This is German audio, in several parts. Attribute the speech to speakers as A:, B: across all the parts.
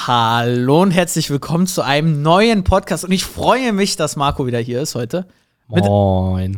A: Hallo und herzlich willkommen zu einem neuen Podcast. Und ich freue mich, dass Marco wieder hier ist heute.
B: Moin.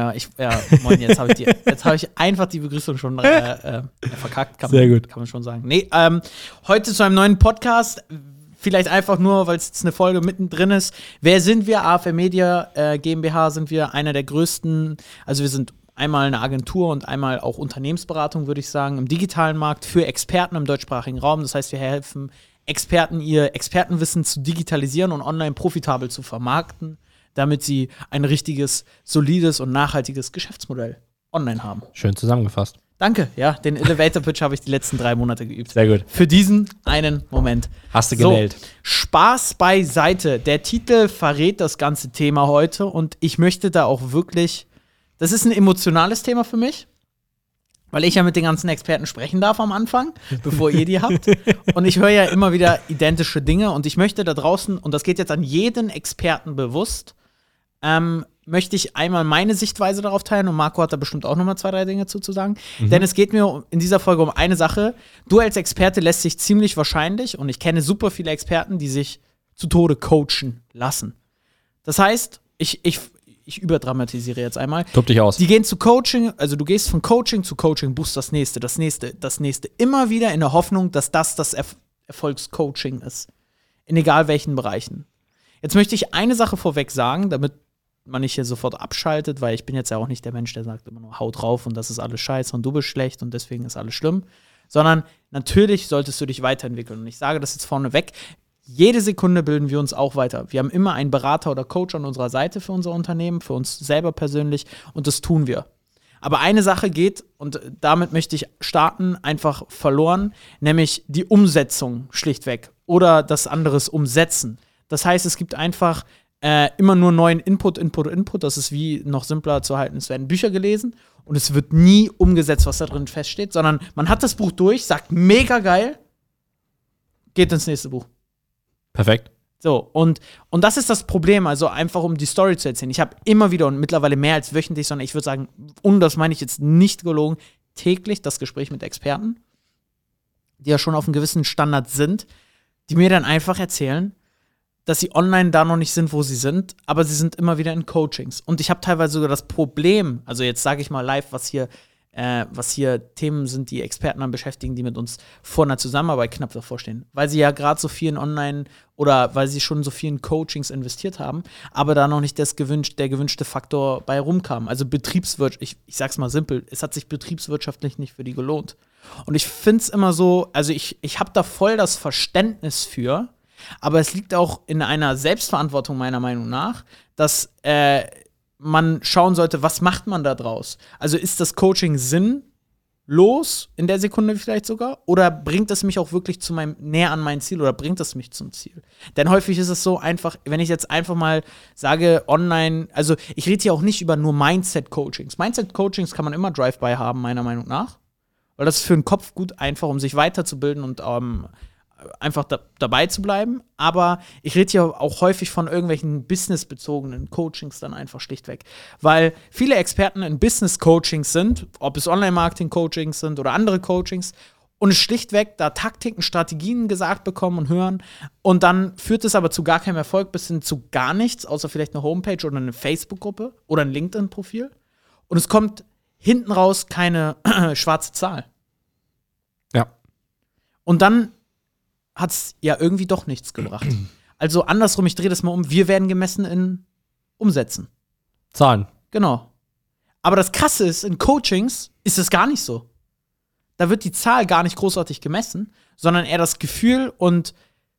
A: Moin, jetzt habe ich einfach die Begrüßung schon verkackt, kann man schon sagen. Nee, heute zu einem neuen Podcast. Vielleicht einfach nur, weil es jetzt eine Folge mittendrin ist. Wer sind wir? AFR Media GmbH sind wir einer der größten, also wir sind einmal eine Agentur und einmal auch Unternehmensberatung, würde ich sagen, im digitalen Markt für Experten im deutschsprachigen Raum. Das heißt, wir helfen Experten, ihr Expertenwissen zu digitalisieren und online profitabel zu vermarkten, damit sie ein richtiges, solides und nachhaltiges Geschäftsmodell online haben.
B: Schön zusammengefasst.
A: Danke, ja, den Elevator-Pitch habe ich die letzten 3 Monate geübt.
B: Sehr gut.
A: Für diesen einen Moment.
B: Hast du genäht.
A: So, Spaß beiseite. Der Titel verrät das ganze Thema heute und ich möchte da auch wirklich, das ist ein emotionales Thema für mich, weil ich ja mit den ganzen Experten sprechen darf am Anfang, bevor ihr die habt. Und ich höre ja immer wieder identische Dinge und ich möchte da draußen, und das geht jetzt an jeden Experten bewusst, möchte ich einmal meine Sichtweise darauf teilen und Marco hat da bestimmt auch nochmal 2, 3 Dinge zu sagen. Denn es geht mir in dieser Folge um eine Sache. Du als Experte lässt sich ziemlich wahrscheinlich, und ich kenne super viele Experten, die sich zu Tode coachen lassen. Das heißt, ich überdramatisiere jetzt einmal.
B: Tob dich aus.
A: Die gehen zu Coaching, also du gehst von Coaching zu Coaching, buchst das nächste. Immer wieder in der Hoffnung, dass das Erfolgscoaching ist. In egal welchen Bereichen. Jetzt möchte ich eine Sache vorweg sagen, damit man nicht hier sofort abschaltet, weil ich bin jetzt ja auch nicht der Mensch, der sagt immer nur, hau drauf und das ist alles scheiße und du bist schlecht und deswegen ist alles schlimm. Sondern natürlich solltest du dich weiterentwickeln. Und ich sage das jetzt vorneweg, jede Sekunde bilden wir uns auch weiter. Wir haben immer einen Berater oder Coach an unserer Seite für unser Unternehmen, für uns selber persönlich und das tun wir. Aber eine Sache geht, und damit möchte ich starten, einfach verloren, nämlich die Umsetzung schlichtweg oder das anderes Umsetzen. Das heißt, es gibt einfach immer nur neuen Input. Das ist wie noch simpler zu halten. Es werden Bücher gelesen und es wird nie umgesetzt, was da drin feststeht, sondern man hat das Buch durch, sagt mega geil, geht ins nächste Buch.
B: Perfekt.
A: So, und das ist das Problem, also einfach um die Story zu erzählen. Ich habe immer wieder und mittlerweile mehr als wöchentlich, sondern ich würde sagen, und das meine ich jetzt nicht gelogen, täglich das Gespräch mit Experten, die ja schon auf einem gewissen Standard sind, die mir dann einfach erzählen, dass sie online da noch nicht sind, wo sie sind, aber sie sind immer wieder in Coachings. Und ich habe teilweise sogar das Problem, also jetzt sage ich mal live, was hier Themen sind, die Experten dann beschäftigen, die mit uns vor einer Zusammenarbeit knapp davor stehen. Weil sie ja gerade so viel in Online oder weil sie schon so viel in Coachings investiert haben, aber da noch nicht der gewünschte Faktor bei rumkam. Also Betriebswirtschaft, ich sag's mal simpel, es hat sich betriebswirtschaftlich nicht für die gelohnt. Und ich find's immer so, also ich habe da voll das Verständnis für, aber es liegt auch in einer Selbstverantwortung meiner Meinung nach, dass man schauen sollte, was macht man da draus? Also ist das Coaching sinnlos in der Sekunde vielleicht sogar? Oder bringt es mich auch wirklich näher an mein Ziel oder bringt es mich zum Ziel? Denn häufig ist es so einfach, wenn ich jetzt einfach mal sage, online, also ich rede hier auch nicht über nur Mindset-Coachings. Mindset-Coachings kann man immer Drive-by haben, meiner Meinung nach. Weil das ist für den Kopf gut einfach, um sich weiterzubilden und einfach dabei zu bleiben, aber ich rede hier auch häufig von irgendwelchen businessbezogenen Coachings dann einfach schlichtweg, weil viele Experten in Business-Coachings sind, ob es Online-Marketing-Coachings sind oder andere Coachings und es schlichtweg da Taktiken, Strategien gesagt bekommen und hören und dann führt es aber zu gar keinem Erfolg bis hin zu gar nichts, außer vielleicht eine Homepage oder eine Facebook-Gruppe oder ein LinkedIn-Profil und es kommt hinten raus keine schwarze Zahl.
B: Ja.
A: Und dann hat es ja irgendwie doch nichts gebracht. Also andersrum, ich drehe das mal um, wir werden gemessen in Umsätzen.
B: Zahlen.
A: Genau. Aber das Krasse ist, in Coachings ist es gar nicht so. Da wird die Zahl gar nicht großartig gemessen, sondern eher das Gefühl und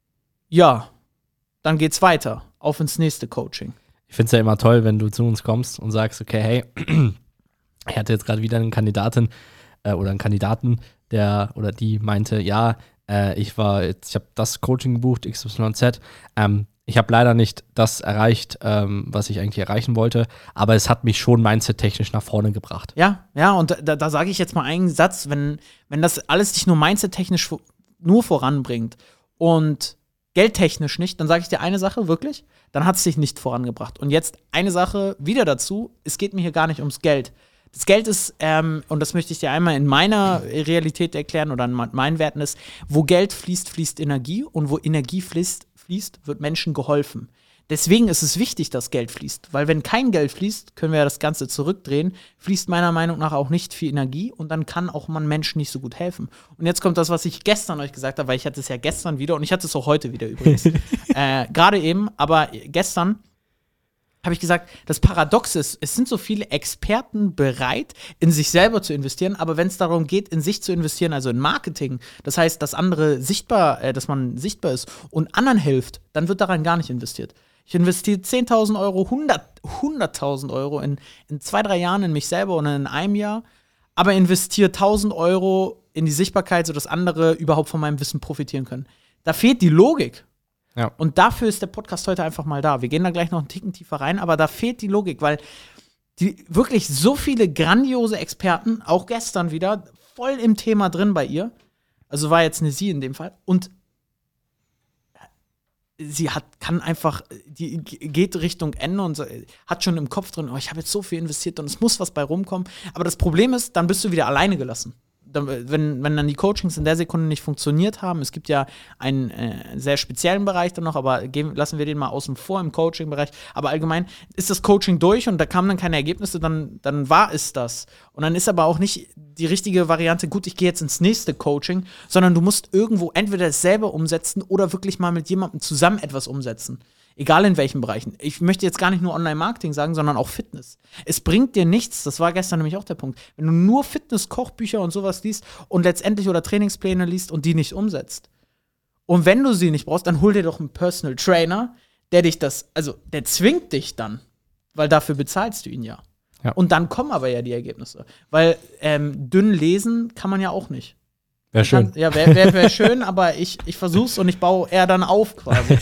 A: ja, dann geht's weiter, auf ins nächste Coaching.
B: Ich finde es ja immer toll, wenn du zu uns kommst und sagst, okay, hey, ich hatte jetzt gerade wieder eine Kandidatin oder einen Kandidaten, der oder die meinte, ja, ich habe das Coaching gebucht, XYZ. Ich habe leider nicht das erreicht, was ich eigentlich erreichen wollte, aber es hat mich schon mindset-technisch nach vorne gebracht.
A: Ja, und da sage ich jetzt mal einen Satz, wenn das alles dich nur mindset-technisch nur voranbringt und geldtechnisch nicht, dann sage ich dir eine Sache, wirklich, dann hat es dich nicht vorangebracht. Und jetzt eine Sache wieder dazu, es geht mir hier gar nicht ums Geld. Das Geld ist, und das möchte ich dir einmal in meiner Realität erklären oder in meinen Werten ist, wo Geld fließt, fließt Energie und wo Energie fließt, wird Menschen geholfen. Deswegen ist es wichtig, dass Geld fließt, weil wenn kein Geld fließt, können wir ja das Ganze zurückdrehen, fließt meiner Meinung nach auch nicht viel Energie und dann kann auch man Menschen nicht so gut helfen. Und jetzt kommt das, was ich gestern euch gesagt habe, weil ich hatte es ja gestern wieder und ich hatte es auch heute wieder übrigens. Gerade eben, aber gestern habe ich gesagt, das Paradox ist, es sind so viele Experten bereit, in sich selber zu investieren, aber wenn es darum geht, in sich zu investieren, also in Marketing, das heißt, dass dass man sichtbar ist und anderen hilft, dann wird daran gar nicht investiert. Ich investiere 10.000 Euro, 100.000 Euro in 2-3 Jahren in mich selber und in einem Jahr, aber investiere 1.000 Euro in die Sichtbarkeit, sodass andere überhaupt von meinem Wissen profitieren können. Da fehlt die Logik.
B: Ja.
A: Und dafür ist der Podcast heute einfach mal da. Wir gehen da gleich noch einen Ticken tiefer rein, aber da fehlt die Logik, weil die wirklich so viele grandiose Experten, auch gestern wieder, voll im Thema drin bei ihr. Also war jetzt eine sie in dem Fall. Und sie die geht Richtung Ende und hat schon im Kopf drin, ich habe jetzt so viel investiert und es muss was bei rumkommen. Aber das Problem ist, dann bist du wieder alleine gelassen. Wenn dann die Coachings in der Sekunde nicht funktioniert haben, es gibt ja einen sehr speziellen Bereich dann noch, aber lassen wir den mal außen vor im Coaching-Bereich, aber allgemein ist das Coaching durch und da kamen dann keine Ergebnisse, dann war es das. Und dann ist aber auch nicht die richtige Variante, gut, ich gehe jetzt ins nächste Coaching, sondern du musst irgendwo entweder es selber umsetzen oder wirklich mal mit jemandem zusammen etwas umsetzen. Egal in welchen Bereichen. Ich möchte jetzt gar nicht nur Online-Marketing sagen, sondern auch Fitness. Es bringt dir nichts, das war gestern nämlich auch der Punkt, wenn du nur Fitness-Kochbücher und sowas liest und letztendlich oder Trainingspläne liest und die nicht umsetzt. Und wenn du sie nicht brauchst, dann hol dir doch einen Personal Trainer, der zwingt dich dann, weil dafür bezahlst du ihn ja. Und dann kommen aber ja die Ergebnisse. Weil dünn lesen kann man ja auch nicht.
B: Wäre schön.
A: Wäre schön, aber ich versuch's und ich baue eher dann auf quasi.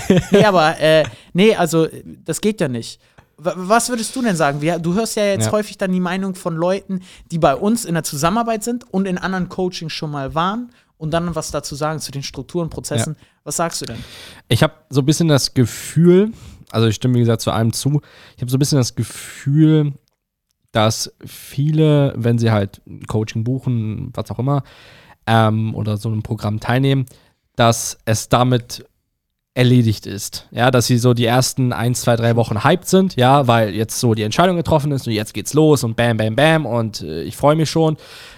A: Also das geht ja nicht. Was würdest du denn sagen? Du hörst ja jetzt häufig dann die Meinung von Leuten, die bei uns in der Zusammenarbeit sind und in anderen Coachings schon mal waren und dann was dazu sagen zu den Strukturen, Prozessen. Ja. Was sagst du denn?
B: Ich habe so ein bisschen das Gefühl, also ich stimme wie gesagt zu allem zu, ich habe so ein bisschen das Gefühl, dass viele, wenn sie halt ein Coaching buchen, was auch immer, oder so einem Programm teilnehmen, dass es damit erledigt ist. Ja, dass sie so die ersten 1, 2, 3 Wochen hyped sind, ja, weil jetzt so die Entscheidung getroffen ist und jetzt geht's los und bam, bam, bam und ich freue mich schon.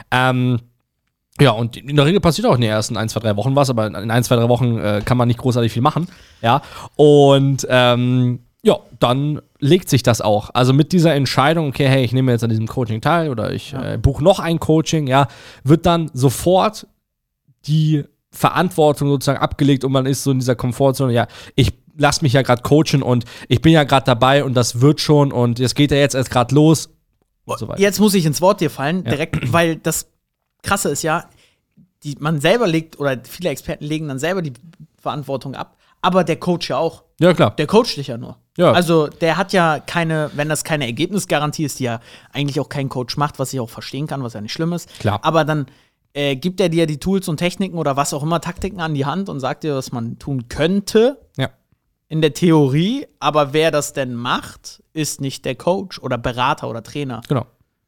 B: Ja, und in der Regel passiert auch in den ersten 1, 2, 3 Wochen was, aber in 1, 2, 3 Wochen kann man nicht großartig viel machen, ja, und ja, dann legt sich das auch. Also mit dieser Entscheidung, okay, hey, ich nehme jetzt an diesem Coaching teil oder ich buche noch ein Coaching, ja, wird dann sofort die Verantwortung sozusagen abgelegt und man ist so in dieser Komfortzone, ja, ich lasse mich ja gerade coachen und ich bin ja gerade dabei und das wird schon und es geht ja jetzt erst gerade los und so weiter.
A: Jetzt muss ich ins Wort dir fallen, direkt, weil das Krasse ist ja, man selber legt, oder viele Experten legen dann selber die Verantwortung ab, aber der Coach ja auch.
B: Ja, klar.
A: Der coacht dich ja nur.
B: Ja.
A: Also der hat ja wenn das keine Ergebnisgarantie ist, die ja eigentlich auch kein Coach macht, was ich auch verstehen kann, was ja nicht schlimm ist.
B: Klar.
A: Aber dann gibt er dir die Tools und Techniken oder was auch immer, Taktiken an die Hand und sagt dir, was man tun könnte.
B: Ja.
A: In der Theorie, aber wer das denn macht, ist nicht der Coach oder Berater oder Trainer.
B: Genau.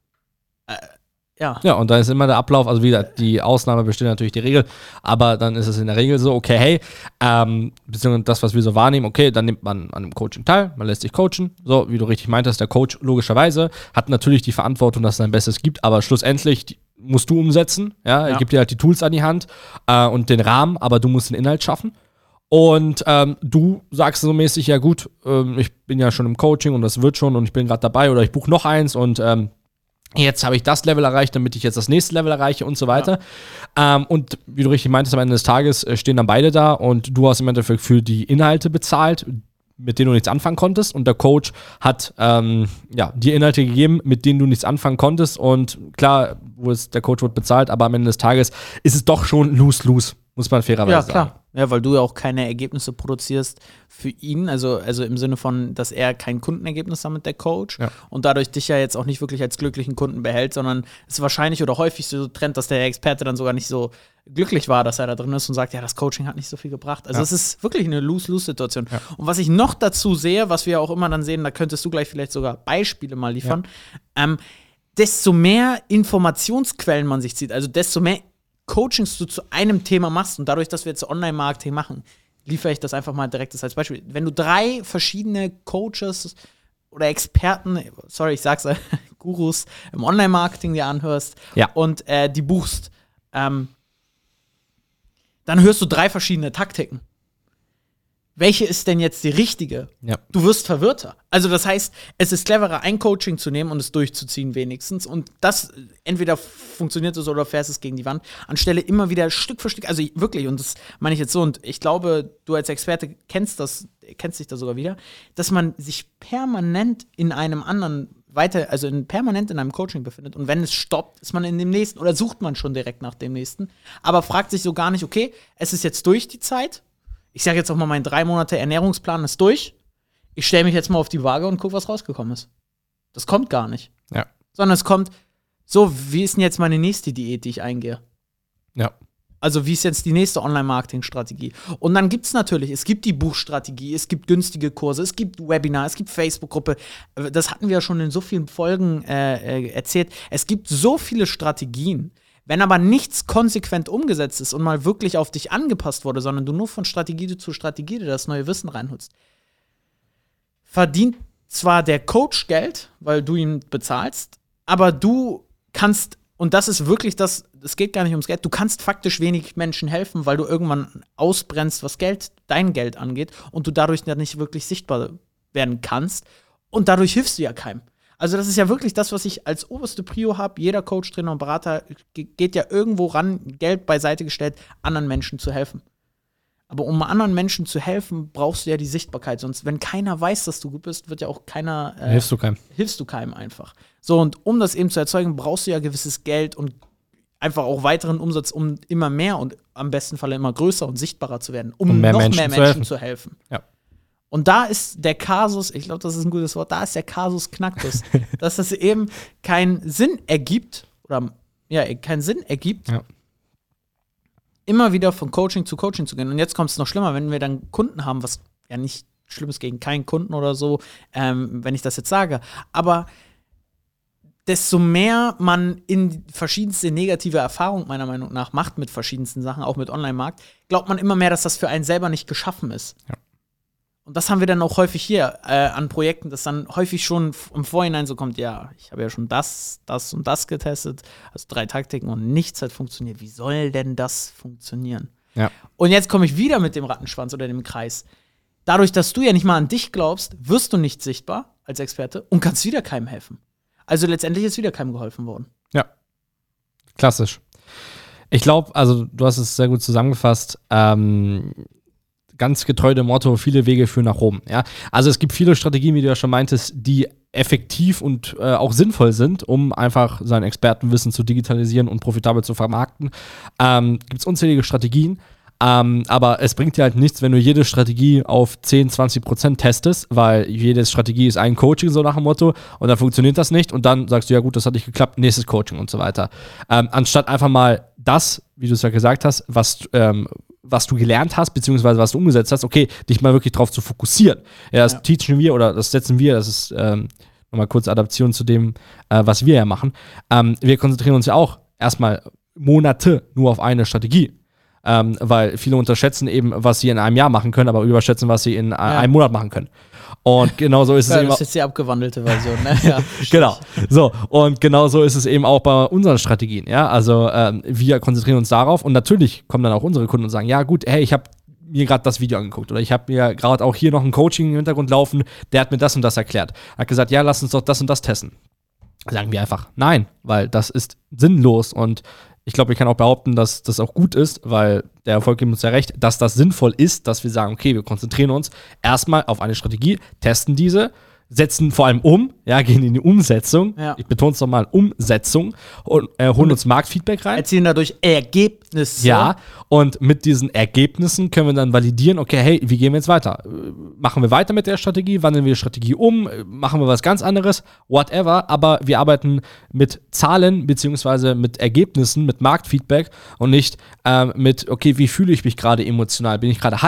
A: Ja.
B: Ja, und da ist immer der Ablauf, also wieder, die Ausnahme bestimmt natürlich die Regel, aber dann ist es in der Regel so, okay, hey, beziehungsweise das, was wir so wahrnehmen, okay, dann nimmt man an einem Coaching teil, man lässt sich coachen, so, wie du richtig meintest, der Coach logischerweise hat natürlich die Verantwortung, dass es sein Bestes gibt, aber schlussendlich musst du umsetzen, ja, er gibt dir halt die Tools an die Hand und den Rahmen, aber du musst den Inhalt schaffen. Und du sagst so mäßig, ja gut, ich bin ja schon im Coaching und das wird schon und ich bin gerade dabei oder ich buche noch eins und jetzt habe ich das Level erreicht, damit ich jetzt das nächste Level erreiche und so weiter. Ja. Und wie du richtig meintest, am Ende des Tages stehen dann beide da und du hast im Endeffekt für die Inhalte bezahlt, mit denen du nichts anfangen konntest und der Coach hat dir Inhalte gegeben, mit denen du nichts anfangen konntest und klar, der Coach wird bezahlt, aber am Ende des Tages ist es doch schon lose-lose, muss man fairerweise sagen. Ja, klar.
A: Ja, weil du ja auch keine Ergebnisse produzierst für ihn, also im Sinne von, dass er kein Kundenergebnis hat, der Coach, und dadurch dich ja jetzt auch nicht wirklich als glücklichen Kunden behält, sondern es ist wahrscheinlich oder häufig so Trend, dass der Experte dann sogar nicht so glücklich war, dass er da drin ist und sagt, ja, das Coaching hat nicht so viel gebracht. Also es ist wirklich eine Lose-Lose-Situation. Ja. Und was ich noch dazu sehe, was wir auch immer dann sehen, da könntest du gleich vielleicht sogar Beispiele mal liefern, desto mehr Informationsquellen man sich zieht, also desto mehr Coachings du zu einem Thema machst und dadurch, dass wir jetzt Online-Marketing machen, liefere ich das einfach mal direkt als Beispiel. Wenn du 3 verschiedene Coaches oder Experten, sorry, ich sag's, Gurus im Online-Marketing dir anhörst und die buchst, dann hörst du 3 verschiedene Taktiken. Welche ist denn jetzt die richtige?
B: Ja.
A: Du wirst verwirrter. Also das heißt, es ist cleverer, ein Coaching zu nehmen und es durchzuziehen wenigstens. Und das, entweder funktioniert es oder fährst es gegen die Wand, anstelle immer wieder Stück für Stück, also wirklich, und das meine ich jetzt so, und ich glaube, du als Experte kennst dich da sogar wieder, dass man sich permanent in einem anderen permanent in einem Coaching befindet. Und wenn es stoppt, ist man in dem nächsten oder sucht man schon direkt nach dem nächsten, aber fragt sich so gar nicht, okay, es ist jetzt durch die Zeit. Ich sage jetzt auch mal, mein 3 Monate Ernährungsplan ist durch. Ich stelle mich jetzt mal auf die Waage und gucke, was rausgekommen ist. Das kommt gar nicht.
B: Ja.
A: Sondern es kommt, so, wie ist denn jetzt meine nächste Diät, die ich eingehe?
B: Ja.
A: Also, wie ist jetzt die nächste Online-Marketing-Strategie? Und dann gibt es gibt die Buchstrategie, es gibt günstige Kurse, es gibt Webinar, es gibt Facebook-Gruppe. Das hatten wir ja schon in so vielen Folgen erzählt. Es gibt so viele Strategien. Wenn aber nichts konsequent umgesetzt ist und mal wirklich auf dich angepasst wurde, sondern du nur von Strategie zu Strategie dir das neue Wissen reinholst, verdient zwar der Coach Geld, weil du ihn bezahlst, aber du kannst, und das ist wirklich das, es geht gar nicht ums Geld, du kannst faktisch wenig Menschen helfen, weil du irgendwann ausbrennst, was dein Geld angeht, und du dadurch ja nicht wirklich sichtbar werden kannst, und dadurch hilfst du ja keinem. Also das ist ja wirklich das, was ich als oberste Prio habe. Jeder Coach, Trainer und Berater geht ja irgendwo ran, Geld beiseite gestellt, anderen Menschen zu helfen. Aber um anderen Menschen zu helfen, brauchst du ja die Sichtbarkeit. Sonst, wenn keiner weiß, dass du gut bist, wird ja auch keiner
B: hilfst du keinem.
A: Hilfst du keinem einfach. So, und um das eben zu erzeugen, brauchst du ja gewisses Geld und einfach auch weiteren Umsatz, um immer mehr und am besten Fall immer größer und sichtbarer zu werden, um noch mehr Menschen zu helfen.
B: Ja.
A: Und da ist der Kasus, ich glaube, das ist ein gutes Wort, da ist der Kasus Knacktus, dass das eben keinen Sinn ergibt, immer wieder von Coaching zu Coaching zu gehen. Und jetzt kommt es noch schlimmer, wenn wir dann Kunden haben, was ja nicht schlimm ist gegen keinen Kunden oder so, wenn ich das jetzt sage. Aber desto mehr man in verschiedenste negative Erfahrungen meiner Meinung nach macht mit verschiedensten Sachen, auch mit Online-Markt, glaubt man immer mehr, dass das für einen selber nicht geschaffen ist. Ja. Und das haben wir dann auch häufig hier an Projekten, dass dann häufig schon im Vorhinein so kommt, ja, ich habe ja schon das und das getestet, also 3 Taktiken und nichts hat funktioniert. Wie soll denn das funktionieren? Ja. Und jetzt komme ich wieder mit dem Rattenschwanz oder dem Kreis. Dadurch, dass du ja nicht mal an dich glaubst, wirst du nicht sichtbar als Experte und kannst wieder keinem helfen. Also letztendlich ist wieder keinem geholfen worden.
B: Ja, klassisch. Ich glaube, also du hast es sehr gut zusammengefasst, ganz getreu dem Motto, viele Wege führen nach Rom. Ja? Also es gibt viele Strategien, wie du ja schon meintest, die effektiv und auch sinnvoll sind, um einfach sein Expertenwissen zu digitalisieren und profitabel zu vermarkten. Gibt es unzählige Strategien, aber es bringt dir halt nichts, wenn du jede Strategie auf 10-20% testest, weil jede Strategie ist ein Coaching, so nach dem Motto, und dann funktioniert das nicht und dann sagst du, ja gut, das hat nicht geklappt, nächstes Coaching und so weiter. Anstatt einfach mal das, wie du es ja gesagt hast, was du gelernt hast, beziehungsweise was du umgesetzt hast, okay, dich mal wirklich drauf zu fokussieren. Ja, das teachen wir oder das setzen wir, das ist nochmal kurz Adaption zu dem, was wir ja machen. Wir konzentrieren uns ja auch erstmal Monate nur auf eine Strategie. Weil viele unterschätzen eben, was sie in einem Jahr machen können, aber überschätzen, was sie in einem Monat machen können. Und genau so ist es eben.
A: Das ist jetzt die abgewandelte Version, ne? Ja,
B: genau. So, und genau so ist es eben auch bei unseren Strategien. Ja, also wir konzentrieren uns darauf und natürlich kommen dann auch unsere Kunden und sagen, ja gut, hey, ich habe mir gerade das Video angeguckt oder ich habe mir gerade auch hier noch ein Coaching im Hintergrund laufen, der hat mir das und das erklärt. Hat gesagt, ja, lass uns doch das und das testen. Sagen wir einfach nein, weil das ist sinnlos und ich glaube, ich kann auch behaupten, dass das auch gut ist, weil der Erfolg gibt uns ja recht, dass das sinnvoll ist, dass wir sagen, okay, wir konzentrieren uns erstmal auf eine Strategie, testen diese, setzen vor allem ja, gehen in die Umsetzung. Ja. Ich betone es nochmal, Umsetzung und holen uns Marktfeedback rein.
A: Erzielen dadurch Ergebnisse.
B: Ja, und mit diesen Ergebnissen können wir dann validieren, okay, hey, wie gehen wir jetzt weiter? Machen wir weiter mit der Strategie? Wandeln wir die Strategie um? Machen wir was ganz anderes? Whatever, aber wir arbeiten mit Zahlen beziehungsweise mit Ergebnissen, mit Marktfeedback und nicht mit, okay, wie fühle ich mich gerade emotional? Bin ich gerade hyped?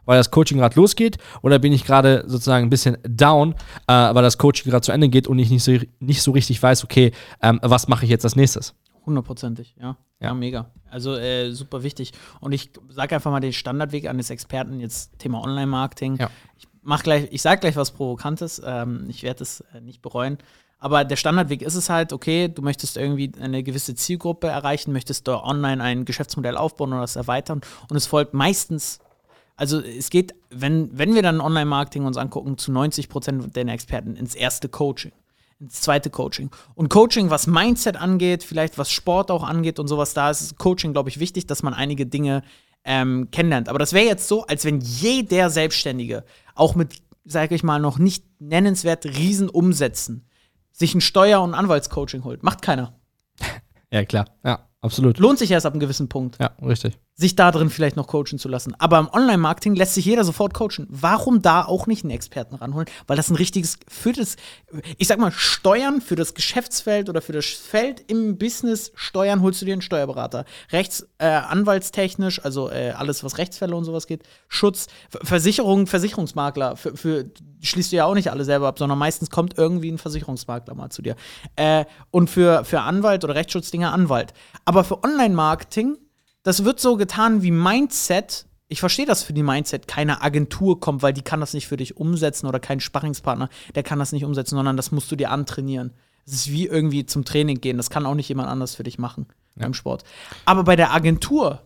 B: weil das Coaching gerade losgeht, oder bin ich gerade sozusagen ein bisschen down, weil das Coaching gerade zu Ende geht und ich nicht so richtig weiß, okay, was mache ich jetzt als nächstes?
A: 100%, ja. Ja, mega. Also super wichtig. Und ich sage einfach mal den Standardweg eines Experten, jetzt Thema Online-Marketing.
B: Ja.
A: Ich sage gleich was Provokantes, ich werde es nicht bereuen. Aber der Standardweg ist es halt, okay, du möchtest irgendwie eine gewisse Zielgruppe erreichen, möchtest da online ein Geschäftsmodell aufbauen oder das erweitern. Und es folgt meistens, also es geht, wenn wir dann Online-Marketing uns angucken, zu 90% der Experten ins erste Coaching, ins zweite Coaching. Und Coaching, was Mindset angeht, vielleicht was Sport auch angeht und sowas, da ist Coaching, glaube ich, wichtig, dass man einige Dinge kennenlernt. Aber das wäre jetzt so, als wenn jeder Selbstständige, auch mit, sage ich mal, noch nicht nennenswert Riesenumsätzen, sich ein Steuer- und Anwaltscoaching holt. Macht keiner.
B: Ja, klar. Ja, absolut.
A: Lohnt sich erst ab einem gewissen Punkt.
B: Ja, richtig.
A: Sich da drin vielleicht noch coachen zu lassen. Aber im Online-Marketing lässt sich jeder sofort coachen. Warum da auch nicht einen Experten ranholen? Weil das ein richtiges, für das, ich sag mal, Steuern für das Geschäftsfeld oder für das Feld im Business Steuern holst du dir einen Steuerberater. Anwaltstechnisch, also alles, was Rechtsfälle und sowas geht, Schutz, Versicherung, Versicherungsmakler, für schließt du ja auch nicht alle selber ab, sondern meistens kommt irgendwie ein Versicherungsmakler mal zu dir. Und für Anwalt oder Rechtsschutzdinge Anwalt. Aber für Online-Marketing, das wird so getan wie Mindset. Ich verstehe, dass für die Mindset keine Agentur kommt, weil die kann das nicht für dich umsetzen oder kein Sparringspartner, der kann das nicht umsetzen, sondern das musst du dir antrainieren. Das ist wie irgendwie zum Training gehen. Das kann auch nicht jemand anders für dich machen beim Sport. Aber bei der Agentur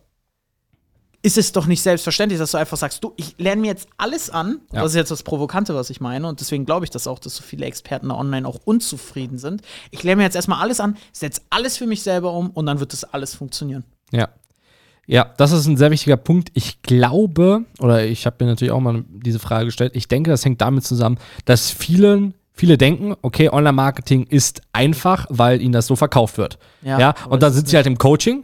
A: ist es doch nicht selbstverständlich, dass du einfach sagst, du, ich lerne mir jetzt alles an. Ja. Das ist jetzt das Provokante, was ich meine. Und deswegen glaube ich das auch, dass so viele Experten da online auch unzufrieden sind. Ich lerne mir jetzt erstmal alles an, setze alles für mich selber um und dann wird das alles funktionieren.
B: Ja. Ja, das ist ein sehr wichtiger Punkt. Ich glaube, oder ich habe mir natürlich auch mal diese Frage gestellt, ich denke, das hängt damit zusammen, dass viele denken, okay, Online-Marketing ist einfach, weil ihnen das so verkauft wird. Ja, und dann sind sie halt im Coaching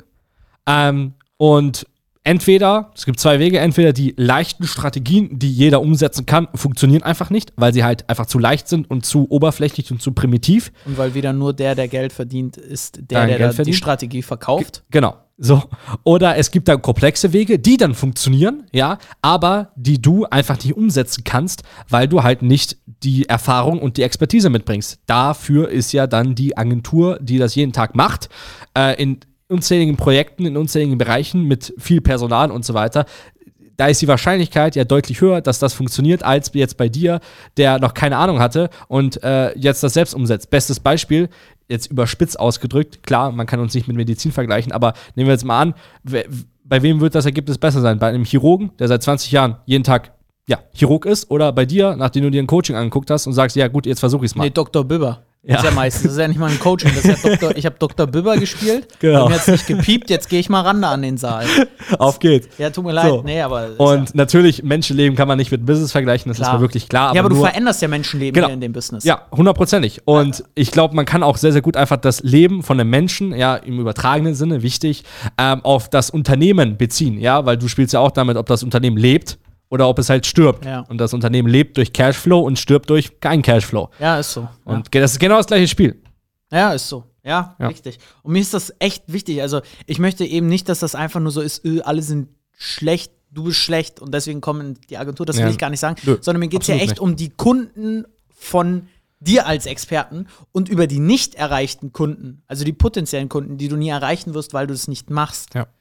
B: und entweder, es gibt zwei Wege, entweder die leichten Strategien, die jeder umsetzen kann, funktionieren einfach nicht, weil sie halt einfach zu leicht sind und zu oberflächlich und zu primitiv.
A: Und weil wieder nur der Geld verdient, ist der die Strategie verkauft.
B: Genau. So. Oder es gibt dann komplexe Wege, die dann funktionieren, ja, aber die du einfach nicht umsetzen kannst, weil du halt nicht die Erfahrung und die Expertise mitbringst. Dafür ist ja dann die Agentur, die das jeden Tag macht, in unzähligen Projekten, in unzähligen Bereichen mit viel Personal und so weiter. Da ist die Wahrscheinlichkeit ja deutlich höher, dass das funktioniert, als jetzt bei dir, der noch keine Ahnung hatte und jetzt das selbst umsetzt. Bestes Beispiel, jetzt überspitzt ausgedrückt, klar, man kann uns nicht mit Medizin vergleichen, aber nehmen wir jetzt mal an, bei wem wird das Ergebnis besser sein? Bei einem Chirurgen, der seit 20 Jahren jeden Tag Chirurg ist, oder bei dir, nachdem du dir ein Coaching angeguckt hast und sagst, ja gut, jetzt versuche ich es mal.
A: Nee, Dr. Bibber. Ja. Das ist ja meistens, das ist ja nicht mal ein Coaching, das ist ja ich habe Dr. Bibber gespielt,
B: genau.
A: Mir hat's nicht gepiept, jetzt gehe ich mal ran da an den Saal.
B: Auf geht's.
A: Ja, tut mir leid,
B: so.
A: Nee, aber
B: und natürlich, Menschenleben kann man nicht mit Business vergleichen, das ist mir wirklich klar.
A: Ja, aber du veränderst ja Menschenleben hier in dem Business.
B: Ja, 100%. Und ich glaube, man kann auch sehr, sehr gut einfach das Leben von einem Menschen, ja, im übertragenen Sinne, wichtig, auf das Unternehmen beziehen, ja, weil du spielst ja auch damit, ob das Unternehmen lebt oder ob es halt stirbt. Ja. Und das Unternehmen lebt durch Cashflow und stirbt durch keinen Cashflow.
A: Ja, ist so.
B: Und das ist genau das gleiche Spiel.
A: Ja, ist so. Ja, richtig. Und mir ist das echt wichtig. Also, ich möchte eben nicht, dass das einfach nur so ist, alle sind schlecht, du bist schlecht und deswegen kommen in die Agentur. Das will ich gar nicht sagen.
B: Nö,
A: sondern mir geht es ja echt um die Kunden von dir als Experten und über die nicht erreichten Kunden, also die potenziellen Kunden, die du nie erreichen wirst, weil du es nicht machst.
B: Ja.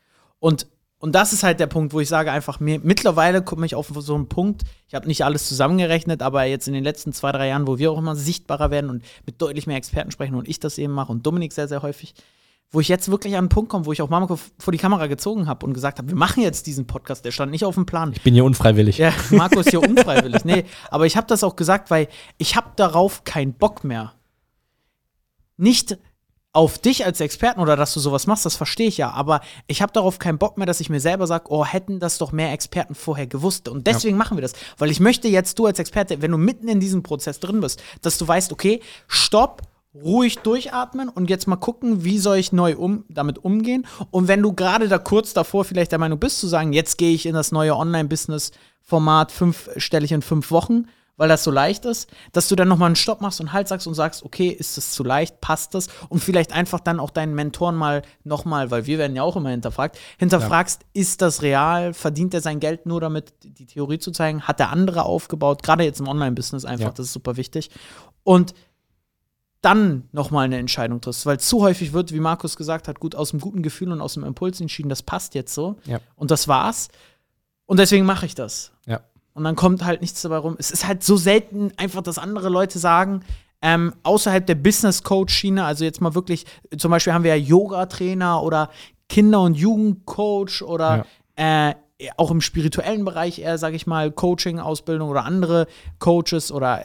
A: Und das ist halt der Punkt, wo ich sage einfach, mittlerweile komme ich auf so einen Punkt, ich habe nicht alles zusammengerechnet, aber jetzt in den letzten 2-3 Jahren, wo wir auch immer sichtbarer werden und mit deutlich mehr Experten sprechen und ich das eben mache und Dominik sehr, sehr häufig, wo ich jetzt wirklich an einen Punkt komme, wo ich auch Marco vor die Kamera gezogen habe und gesagt habe, wir machen jetzt diesen Podcast, der stand nicht auf dem Plan.
B: Ich bin hier unfreiwillig.
A: Ja, Marco ist hier unfreiwillig. Nee, aber ich habe das auch gesagt, weil ich habe darauf keinen Bock mehr. Nicht auf dich als Experten oder dass du sowas machst, das verstehe ich ja, aber ich habe darauf keinen Bock mehr, dass ich mir selber sage, oh, hätten das doch mehr Experten vorher gewusst. Und deswegen machen wir das, weil ich möchte jetzt, du als Experte, wenn du mitten in diesem Prozess drin bist, dass du weißt, okay, stopp, ruhig durchatmen und jetzt mal gucken, wie soll ich damit umgehen. Und wenn du gerade da kurz davor vielleicht der Meinung bist, zu sagen, jetzt gehe ich in das neue Online-Business-Format, stelle ich in 5 Wochen, weil das so leicht ist, dass du dann nochmal einen Stopp machst und halt sagst und sagst, okay, ist das zu leicht, passt das? Und vielleicht einfach dann auch deinen Mentoren mal nochmal, weil wir werden ja auch immer hinterfragst, ist das real? Verdient er sein Geld nur damit, die Theorie zu zeigen? Hat der andere aufgebaut? Gerade jetzt im Online-Business einfach, das ist super wichtig. Und dann nochmal eine Entscheidung triffst, weil zu häufig wird, wie Markus gesagt hat, gut aus dem guten Gefühl und aus dem Impuls entschieden, das passt jetzt so. Ja. Und das war's. Und deswegen mache ich das.
B: Ja.
A: Und dann kommt halt nichts dabei rum. Es ist halt so selten einfach, dass andere Leute sagen, außerhalb der Business-Coach-Schiene, also jetzt mal wirklich, zum Beispiel haben wir ja Yoga-Trainer oder Kinder- und Jugendcoach oder auch im spirituellen Bereich eher, sag ich mal, Coaching-Ausbildung oder andere Coaches oder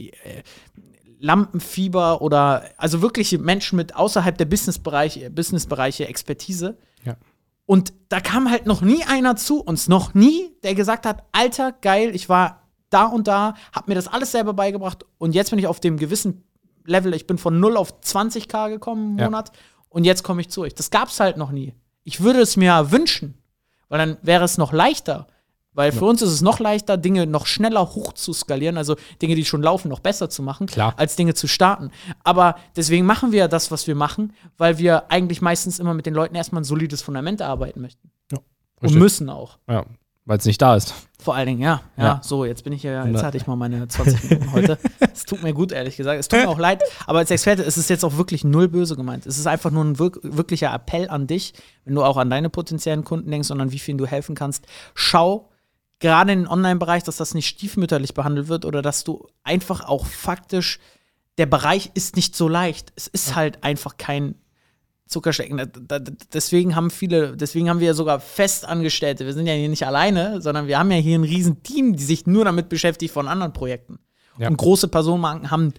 A: Lampenfieber oder also wirklich Menschen mit außerhalb der Businessbereiche Expertise.
B: Ja.
A: Und da kam halt noch nie einer zu uns, noch nie, der gesagt hat, Alter, geil, ich war da und da, hab mir das alles selber beigebracht und jetzt bin ich auf dem gewissen Level, ich bin von 0 auf 20.000 gekommen im Monat und jetzt komme ich zu euch. Das gab's halt noch nie. Ich würde es mir wünschen, weil dann wäre es noch leichter. Weil für uns ist es noch leichter, Dinge noch schneller hoch zu skalieren, also Dinge, die schon laufen, noch besser zu machen, als Dinge zu starten. Aber deswegen machen wir das, was wir machen, weil wir eigentlich meistens immer mit den Leuten erstmal ein solides Fundament erarbeiten möchten. Ja, und müssen auch.
B: Ja, weil es nicht da ist.
A: Vor allen Dingen, ja. So, jetzt hatte ich mal meine 20 Minuten heute. Es tut mir gut, ehrlich gesagt. Es tut mir auch leid, aber als Experte ist es jetzt auch wirklich null böse gemeint. Es ist einfach nur ein wirklicher Appell an dich, wenn du auch an deine potenziellen Kunden denkst und an wie vielen du helfen kannst. Schau, gerade im Online-Bereich, dass das nicht stiefmütterlich behandelt wird oder dass du einfach auch faktisch, der Bereich ist nicht so leicht. Es ist halt einfach kein Zuckerschlecken. Deswegen haben wir ja sogar Festangestellte. Wir sind ja hier nicht alleine, sondern wir haben ja hier ein riesen Team, die sich nur damit beschäftigt von anderen Projekten. Ja. Und große Personenmarken haben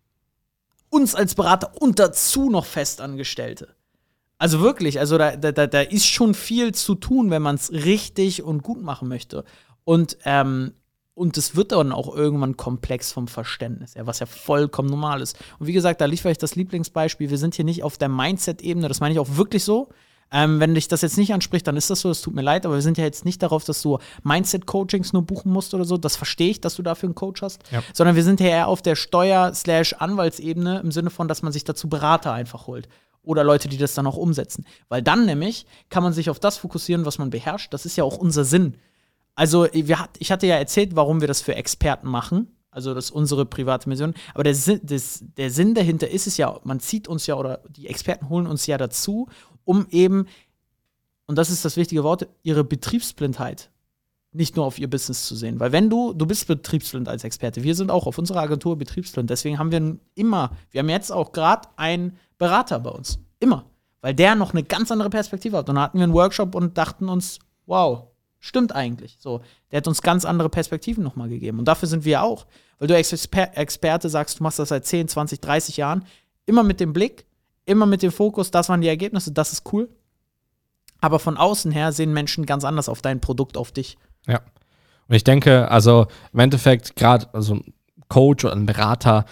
A: uns als Berater und dazu noch Festangestellte. Also wirklich, also da ist schon viel zu tun, wenn man es richtig und gut machen möchte. Und es wird dann auch irgendwann komplex vom Verständnis her, was ja vollkommen normal ist. Und wie gesagt, da liefere ich das Lieblingsbeispiel. Wir sind hier nicht auf der Mindset-Ebene, das meine ich auch wirklich so. Wenn dich das jetzt nicht anspricht, dann ist das so, es tut mir leid, aber wir sind ja jetzt nicht darauf, dass du Mindset-Coachings nur buchen musst oder so. Das verstehe ich, dass du dafür einen Coach hast. Ja. Sondern wir sind ja eher auf der Steuer-/Anwaltsebene im Sinne von, dass man sich dazu Berater einfach holt. Oder Leute, die das dann auch umsetzen. Weil dann nämlich kann man sich auf das fokussieren, was man beherrscht. Das ist ja auch unser Sinn. Also ich hatte ja erzählt, warum wir das für Experten machen. Also das ist unsere private Mission. Aber der Sinn dahinter ist es ja, man zieht uns ja oder die Experten holen uns ja dazu, um eben, und das ist das wichtige Wort, ihre Betriebsblindheit nicht nur auf ihr Business zu sehen. Weil wenn du bist betriebsblind als Experte. Wir sind auch auf unserer Agentur betriebsblind. Deswegen haben wir haben jetzt auch gerade einen Berater bei uns. Immer. Weil der noch eine ganz andere Perspektive hat. Und dann hatten wir einen Workshop und dachten uns, wow, stimmt eigentlich. So, der hat uns ganz andere Perspektiven nochmal gegeben. Und dafür sind wir auch. Weil du als Experte sagst, du machst das seit 10, 20, 30 Jahren. Immer mit dem Blick, immer mit dem Fokus, das waren die Ergebnisse, das ist cool. Aber von außen her sehen Menschen ganz anders auf dein Produkt, auf dich.
B: Ja. Und ich denke, also im Endeffekt gerade also ein Coach oder ein Berater,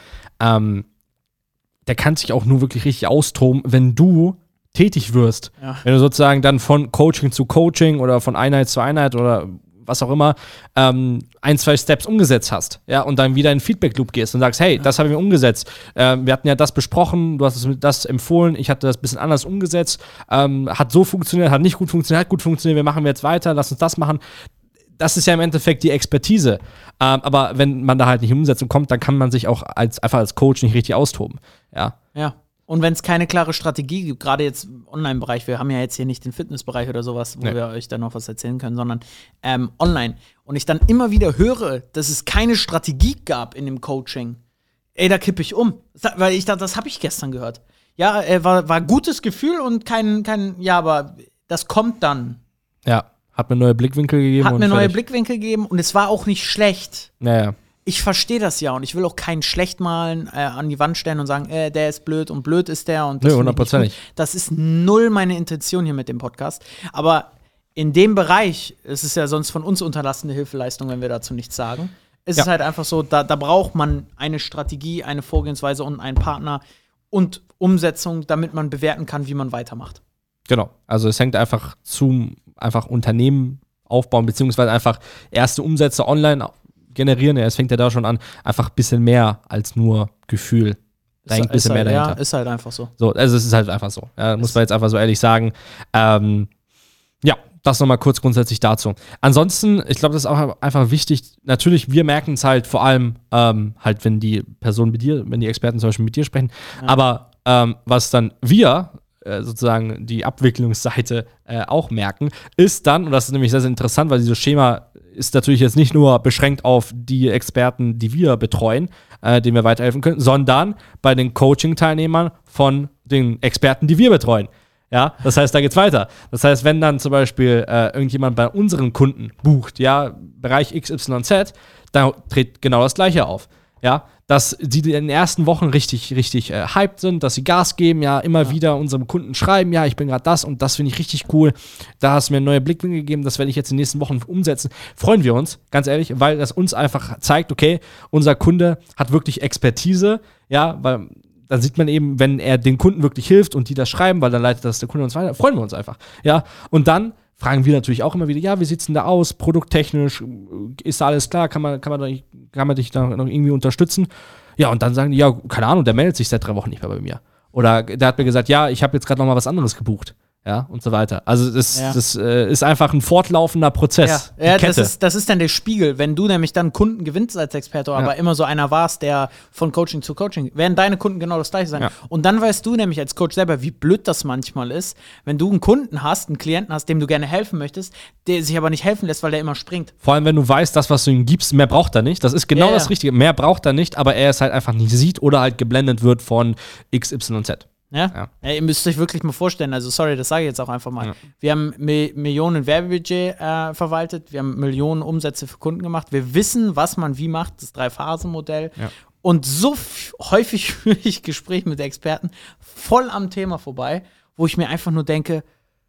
B: der kann sich auch nur wirklich richtig austoben, wenn du tätig wirst. Ja. Wenn du sozusagen dann von Coaching zu Coaching oder von Einheit zu Einheit oder was auch immer, 1, 2 Steps umgesetzt hast, ja, und dann wieder in den Feedback-Loop gehst und sagst, hey, das habe ich mir umgesetzt. Wir hatten ja das besprochen, du hast das empfohlen, ich hatte das ein bisschen anders umgesetzt, hat so funktioniert, hat nicht gut funktioniert, hat gut funktioniert, wir machen jetzt weiter, lass uns das machen. Das ist ja im Endeffekt die Expertise. Aber wenn man da halt nicht in Umsetzung kommt, dann kann man sich auch einfach als Coach nicht richtig austoben. Ja.
A: Ja. Und wenn es keine klare Strategie gibt, gerade jetzt im Online-Bereich, wir haben ja jetzt hier nicht den Fitnessbereich oder sowas, wo wir euch dann noch was erzählen können, sondern online. Und ich dann immer wieder höre, dass es keine Strategie gab in dem Coaching. Ey, da kippe ich um. Weil ich dachte, das habe ich gestern gehört. Ja, war gutes Gefühl und ja, aber das kommt dann.
B: Ja. Hat mir neue Blickwinkel gegeben. Und es war auch nicht schlecht.
A: Naja. Ich verstehe das ja und ich will auch keinen schlecht malen, an die Wand stellen und sagen, der ist blöd und blöd ist der. Und das
B: 100%.
A: Das ist null meine Intention hier mit dem Podcast. Aber in dem Bereich, es ist ja sonst von uns unterlassene Hilfeleistung, wenn wir dazu nichts sagen, ist es halt einfach so, da braucht man eine Strategie, eine Vorgehensweise und einen Partner und Umsetzung, damit man bewerten kann, wie man weitermacht.
B: Genau, also es hängt einfach Unternehmen aufbauen, beziehungsweise einfach erste Umsätze online generieren, es fängt ja da schon an, einfach ein bisschen mehr als nur Gefühl. Da hängt ein bisschen mehr dahinter.
A: Ja, ist halt einfach so.
B: Also es ist halt einfach so. Ja, muss man jetzt einfach so ehrlich sagen. Ja, das nochmal kurz grundsätzlich dazu. Ansonsten, ich glaube, das ist auch einfach wichtig. Natürlich, wir merken es halt vor allem halt, wenn die Personen wenn die Experten zum Beispiel mit dir sprechen. Ja. Aber was dann wir sozusagen die Abwicklungsseite auch merken, ist dann, und das ist nämlich sehr, sehr interessant, weil dieses Schema ist natürlich jetzt nicht nur beschränkt auf die Experten, die wir betreuen, denen wir weiterhelfen können, sondern bei den Coaching-Teilnehmern von den Experten, die wir betreuen. Ja, das heißt, da geht's weiter. Das heißt, wenn dann zum Beispiel irgendjemand bei unseren Kunden bucht, ja, Bereich XYZ, dann tritt genau das Gleiche auf. Ja, dass sie in den ersten Wochen richtig hyped sind, dass sie Gas geben, ja, immer wieder unserem Kunden schreiben, ja, ich bin gerade das und das finde ich richtig cool, da hast du mir einen neuen Blickwinkel gegeben, das werde ich jetzt in den nächsten Wochen umsetzen. Freuen wir uns, ganz ehrlich, weil das uns einfach zeigt, okay, unser Kunde hat wirklich Expertise, ja, weil dann sieht man eben, wenn er den Kunden wirklich hilft und die das schreiben, weil dann leitet das der Kunde uns weiter, freuen wir uns einfach, ja, und dann fragen wir natürlich auch immer wieder, ja, wie sieht's denn da aus, produkttechnisch, ist da alles klar, kann man dich da noch irgendwie unterstützen? Ja, und dann sagen die, ja, keine Ahnung, der meldet sich seit 3 Wochen nicht mehr bei mir. Oder der hat mir gesagt, ja, ich habe jetzt gerade noch mal was anderes gebucht. Ja, und so weiter. Also das ist einfach ein fortlaufender Prozess.
A: Ja, das ist dann der Spiegel. Wenn du nämlich dann Kunden gewinnst als Experte, aber immer so einer warst, der von Coaching zu Coaching, werden deine Kunden genau das Gleiche sein. Ja. Und dann weißt du nämlich als Coach selber, wie blöd das manchmal ist, wenn du einen Kunden hast, einen Klienten hast, dem du gerne helfen möchtest, der sich aber nicht helfen lässt, weil der immer springt.
B: Vor allem, wenn du weißt, das, was du ihm gibst, mehr braucht er nicht. Das ist genau das Richtige. Mehr braucht er nicht, aber er es halt einfach nicht sieht oder halt geblendet wird von XYZ.
A: Ja, ihr müsst euch wirklich mal vorstellen, also sorry, das sage ich jetzt auch einfach mal. Ja. Wir haben Millionen Werbebudget verwaltet, wir haben Millionen Umsätze für Kunden gemacht, wir wissen, was man wie macht, das 3-Phasen-Modell. Ja. Und so häufig führe ich Gespräche mit Experten voll am Thema vorbei, wo ich mir einfach nur denke,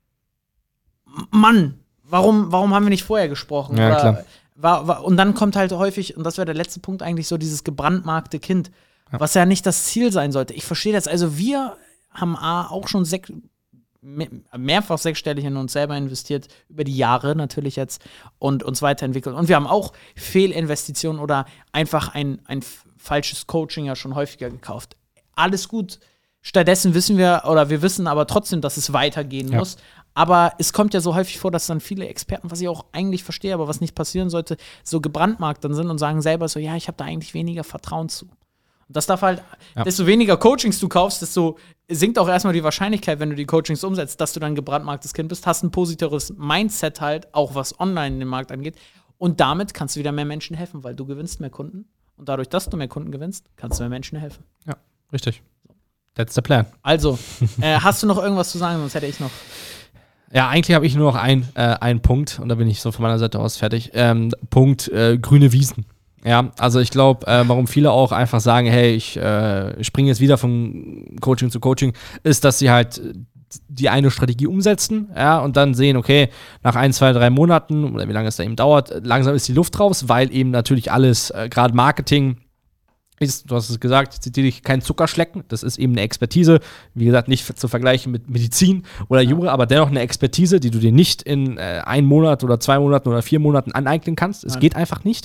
A: Mann, warum haben wir nicht vorher gesprochen?
B: Ja, klar.
A: Und dann kommt halt häufig, und das wäre der letzte Punkt eigentlich, so dieses gebrandmarkte Kind, was ja nicht das Ziel sein sollte. Ich verstehe das, also wir haben auch schon mehrfach 6-stellig in uns selber investiert, über die Jahre natürlich jetzt, und uns weiterentwickelt. Und wir haben auch Fehlinvestitionen oder einfach ein falsches Coaching ja schon häufiger gekauft. Alles gut. Stattdessen wissen wir aber trotzdem, dass es weitergehen muss. Aber es kommt ja so häufig vor, dass dann viele Experten, was ich auch eigentlich verstehe, aber was nicht passieren sollte, so gebrandmarkt dann sind und sagen selber so, ja, ich habe da eigentlich weniger Vertrauen zu. Das darf halt, desto weniger Coachings du kaufst, desto sinkt auch erstmal die Wahrscheinlichkeit, wenn du die Coachings umsetzt, dass du dann gebrandmarktes Kind bist, hast ein positiveres Mindset halt, auch was online den Markt angeht. Und damit kannst du wieder mehr Menschen helfen, weil du gewinnst mehr Kunden. Und dadurch, dass du mehr Kunden gewinnst, kannst du mehr Menschen helfen.
B: Ja, richtig. That's the plan.
A: Also, hast du noch irgendwas zu sagen, sonst hätte ich noch.
B: Ja, eigentlich habe ich nur noch einen Punkt und da bin ich so von meiner Seite aus fertig. Punkt grüne Wiesen. Ja, also ich glaube, warum viele auch einfach sagen, hey, ich springe jetzt wieder von Coaching zu Coaching, ist, dass sie halt die eine Strategie umsetzen, ja, und dann sehen, okay, nach 1, 2, 3 Monaten oder wie lange es da eben dauert, langsam ist die Luft raus, weil eben natürlich alles, gerade Marketing, ist, du hast es gesagt, zitiere kein Zuckerschlecken, das ist eben eine Expertise, wie gesagt, nicht zu vergleichen mit Medizin oder Jura, aber dennoch eine Expertise, die du dir nicht in 1 Monat oder 2 Monaten oder 4 Monaten aneignen kannst. Es geht einfach nicht.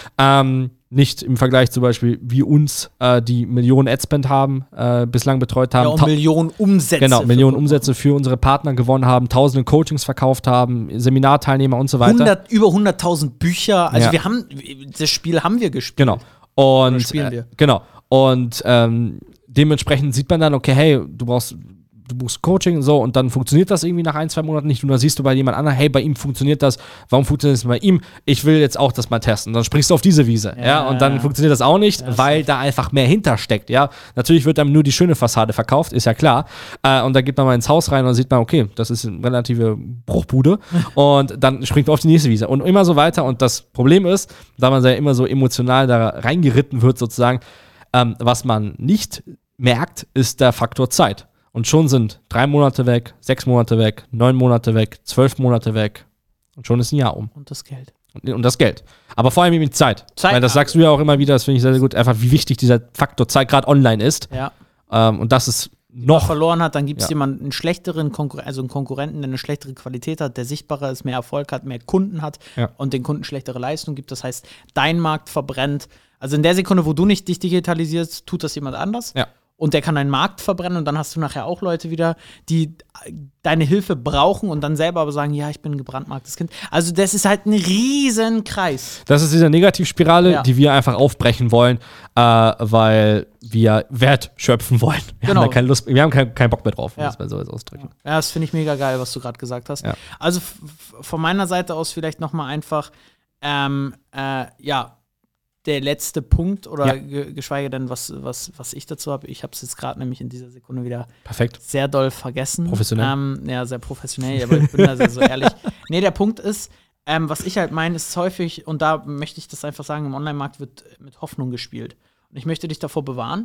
B: Nicht im Vergleich zum Beispiel wie uns, die Millionen Adspend haben, bislang betreut haben.
A: Ja, und Millionen Umsätze.
B: Genau, Millionen Umsätze für unsere Partner gewonnen haben, tausende Coachings verkauft haben, Seminarteilnehmer und so weiter.
A: Über 100.000 Bücher, also das Spiel haben wir gespielt.
B: Genau. Und genau. Und dementsprechend sieht man dann, okay, hey, du buchst Coaching und so, und dann funktioniert das irgendwie nach 1, 2 Monaten nicht. Und dann siehst du bei jemand anderem, hey, bei ihm funktioniert das, warum funktioniert das bei ihm? Ich will jetzt auch das mal testen. Und dann springst du auf diese Wiese, und dann funktioniert das auch nicht, weil da einfach mehr hintersteckt, ja. Natürlich wird dann nur die schöne Fassade verkauft, ist ja klar. Und dann geht man mal ins Haus rein und dann sieht man, okay, das ist eine relative Bruchbude. Und dann springt man auf die nächste Wiese und immer so weiter. Und das Problem ist, da man ja immer so emotional da reingeritten wird sozusagen, was man nicht merkt, ist der Faktor Zeit. Und schon sind 3 Monate weg, 6 Monate weg, 9 Monate weg, 12 Monate weg. Und schon ist ein Jahr um.
A: Und das Geld.
B: Und das Geld. Aber vor allem eben die Zeit. Weil das sagst du ja auch immer wieder, das finde ich sehr, sehr gut, einfach wie wichtig dieser Faktor Zeit gerade online ist.
A: Ja.
B: Und das ist noch
A: verloren hat, dann gibt es jemanden, einen schlechteren einen Konkurrenten, der eine schlechtere Qualität hat, der sichtbarer ist, mehr Erfolg hat, mehr Kunden hat und den Kunden schlechtere Leistung gibt. Das heißt, dein Markt verbrennt. Also in der Sekunde, wo du nicht dich digitalisierst, tut das jemand anders.
B: Ja.
A: Und der kann deinen Markt verbrennen und dann hast du nachher auch Leute wieder, die deine Hilfe brauchen und dann selber aber sagen, ja, ich bin ein gebrandmarktes Kind. Also das ist halt ein riesen Kreis.
B: Das ist diese Negativspirale, die wir einfach aufbrechen wollen, weil wir Wert schöpfen wollen. Wir haben da keine Lust, wir haben keinen Bock mehr drauf, um das mal so auszudrücken.
A: Ja, das finde ich mega geil, was du gerade gesagt hast.
B: Ja.
A: Also von meiner Seite aus vielleicht noch mal einfach, der letzte Punkt oder geschweige denn, was ich dazu habe. Ich habe es jetzt gerade nämlich in dieser Sekunde wieder sehr doll vergessen.
B: Professionell.
A: Sehr professionell, aber ich bin da so ehrlich. Nee, der Punkt ist, was ich halt meine, ist häufig, und da möchte ich das einfach sagen, im Online-Markt wird mit Hoffnung gespielt. Und ich möchte dich davor bewahren,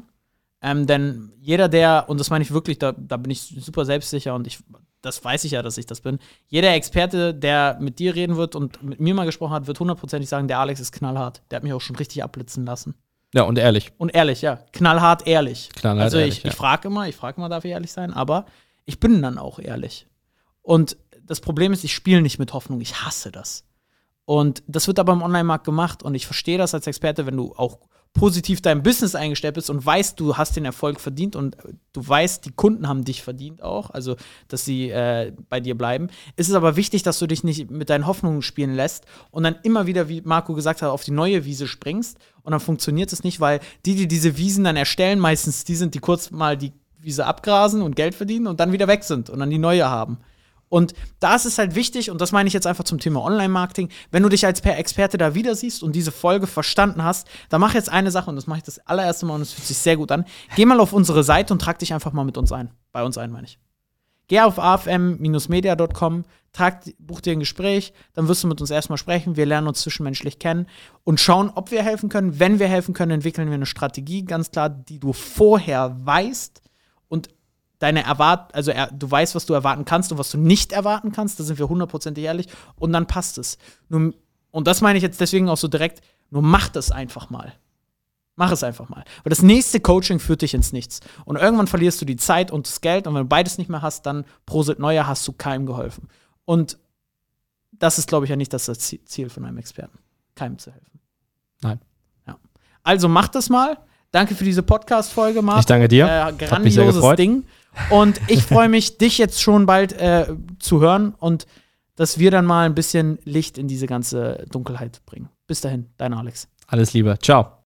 A: denn jeder, und das meine ich wirklich, da bin ich super selbstsicher und das weiß ich ja, dass ich das bin. Jeder Experte, der mit dir reden wird und mit mir mal gesprochen hat, wird hundertprozentig sagen, der Alex ist knallhart. Der hat mich auch schon richtig abblitzen lassen.
B: Ja, und ehrlich.
A: Und ehrlich, ja. Knallhart ehrlich.
B: Knallhart
A: also
B: ehrlich,
A: ich frage immer, darf ich ehrlich sein, aber ich bin dann auch ehrlich. Und das Problem ist, ich spiele nicht mit Hoffnung. Ich hasse das. Und das wird aber im Online-Markt gemacht und ich verstehe das als Experte, wenn du auch positiv deinem Business eingestellt bist und weißt, du hast den Erfolg verdient und du weißt, die Kunden haben dich verdient auch, also dass sie bei dir bleiben. Ist es aber wichtig, dass du dich nicht mit deinen Hoffnungen spielen lässt und dann immer wieder, wie Marco gesagt hat, auf die neue Wiese springst und dann funktioniert es nicht, weil die diese Wiesen dann erstellen, meistens die kurz mal die Wiese abgrasen und Geld verdienen und dann wieder weg sind und dann die neue haben. Und da ist es halt wichtig, und das meine ich jetzt einfach zum Thema Online-Marketing, wenn du dich als Experte da wieder siehst und diese Folge verstanden hast, dann mach jetzt eine Sache, und das mache ich das allererste Mal und es fühlt sich sehr gut an. Geh mal auf unsere Seite und trag dich einfach mal mit uns ein. Bei uns ein, meine ich. Geh auf afm-media.com, buch dir ein Gespräch, dann wirst du mit uns erstmal sprechen, wir lernen uns zwischenmenschlich kennen und schauen, ob wir helfen können. Wenn wir helfen können, entwickeln wir eine Strategie, ganz klar, die du vorher weißt und du weißt, was du erwarten kannst und was du nicht erwarten kannst, da sind wir 100% ehrlich und dann passt es. Und das meine ich jetzt deswegen auch so direkt, nur mach das einfach mal. Mach es einfach mal. Weil das nächste Coaching führt dich ins Nichts. Und irgendwann verlierst du die Zeit und das Geld und wenn du beides nicht mehr hast, dann Prosit Neuer hast du keinem geholfen. Und das ist, glaube ich, ja nicht das Ziel von einem Experten, keinem zu helfen.
B: Nein.
A: Ja. Also mach das mal. Danke für diese Podcast-Folge, Marc.
B: Ich danke dir.
A: Hat mich sehr gefreut. Ding. Und ich freue mich, dich jetzt schon bald zu hören und dass wir dann mal ein bisschen Licht in diese ganze Dunkelheit bringen. Bis dahin, dein Alex.
B: Alles Liebe. Ciao.